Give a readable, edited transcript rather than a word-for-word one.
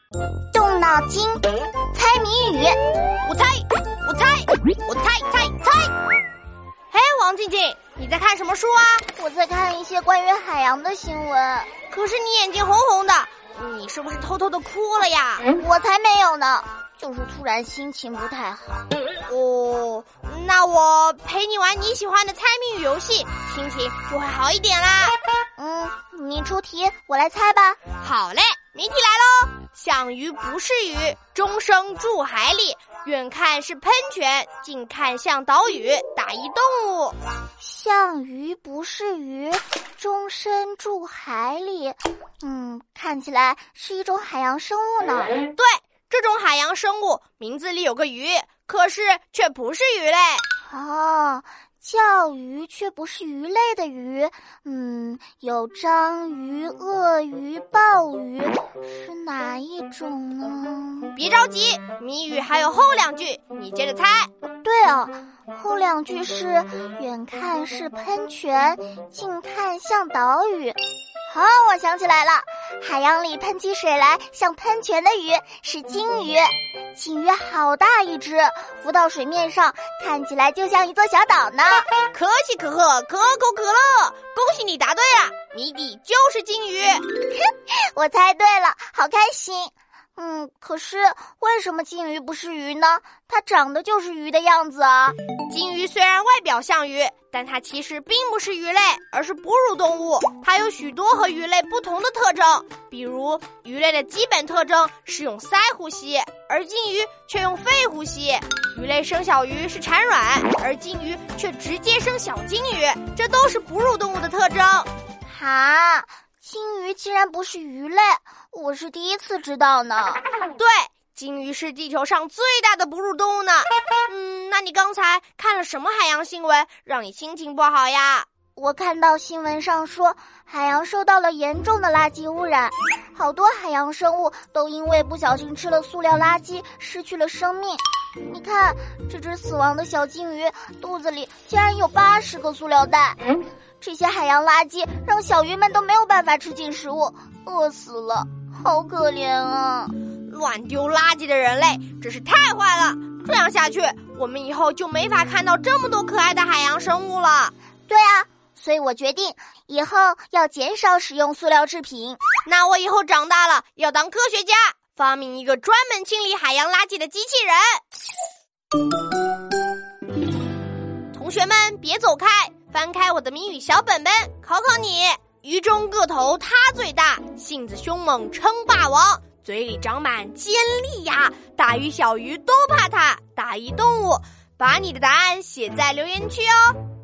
动脑筋，猜谜语。 我猜。嘿，王静静，你在看什么书啊？ 我在看一些关于海洋的新闻。 可是你眼睛红红的，你是不是偷偷的哭了呀？ 我才没有呢，就是突然心情不太好。 哦，那我陪你玩你喜欢的猜谜语游戏，心情就会好一点啦。 你出题，我来猜吧。 好嘞，谜题来喽。像鱼不是鱼，终生住海里，远看是喷泉，近看像岛屿，打一动物。 像鱼不是鱼，终身住海里。看起来是一种海洋生物呢。 对，这种海洋生物名字里有个鱼，可是却不是鱼类。 哦，叫鱼却不是鱼类的鱼。有章鱼、鳄鱼、鲍鱼，是哪一种呢？ 别着急，谜语还有后两句，你接着猜。 对哦，后两句是远看是喷泉，近看像岛屿。我想起来了，海洋里喷起水来像喷泉的鱼是金鱼。金鱼好大一只，浮到水面上看起来就像一座小岛呢。 可喜可贺，可口可乐，恭喜你答对了，谜底就是金鱼。 我猜对了，好开心。可是为什么金鱼不是鱼呢？它长得就是鱼的样子啊。 金鱼虽然外表像鱼，但它其实并不是鱼类，而是哺乳动物。它有许多和鱼类不同的特征，比如鱼类的基本特征是用鳃呼吸，而金鱼却用肺呼吸。鱼类生小鱼是产卵，而金鱼却直接生小金鱼，这都是哺乳动物的特征。 金鱼竟然不是鱼类，我是第一次知道呢。 对，金鱼是地球上最大的哺乳动物呢。那你刚才看了什么海洋新闻，让你心情不好呀？ 我看到新闻上说，海洋受到了严重的垃圾污染，好多海洋生物都因为不小心吃了塑料垃圾，失去了生命。你看，这只死亡的小金鱼肚子里竟然有80个塑料袋。这些海洋垃圾让小鱼们都没有办法吃进食物，饿死了，好可怜啊！ 乱丢垃圾的人类真是太坏了，这样下去，我们以后就没法看到这么多可爱的海洋生物了。 对啊，所以我决定以后要减少使用塑料制品。 那我以后长大了要当科学家，发明一个专门清理海洋垃圾的机器人。同学们别走开，翻开我的谜语小本本，考考你。鱼中个头它最大，性子凶猛称霸王，嘴里长满尖利牙，大鱼小鱼都怕它，打一动物。把你的答案写在留言区哦。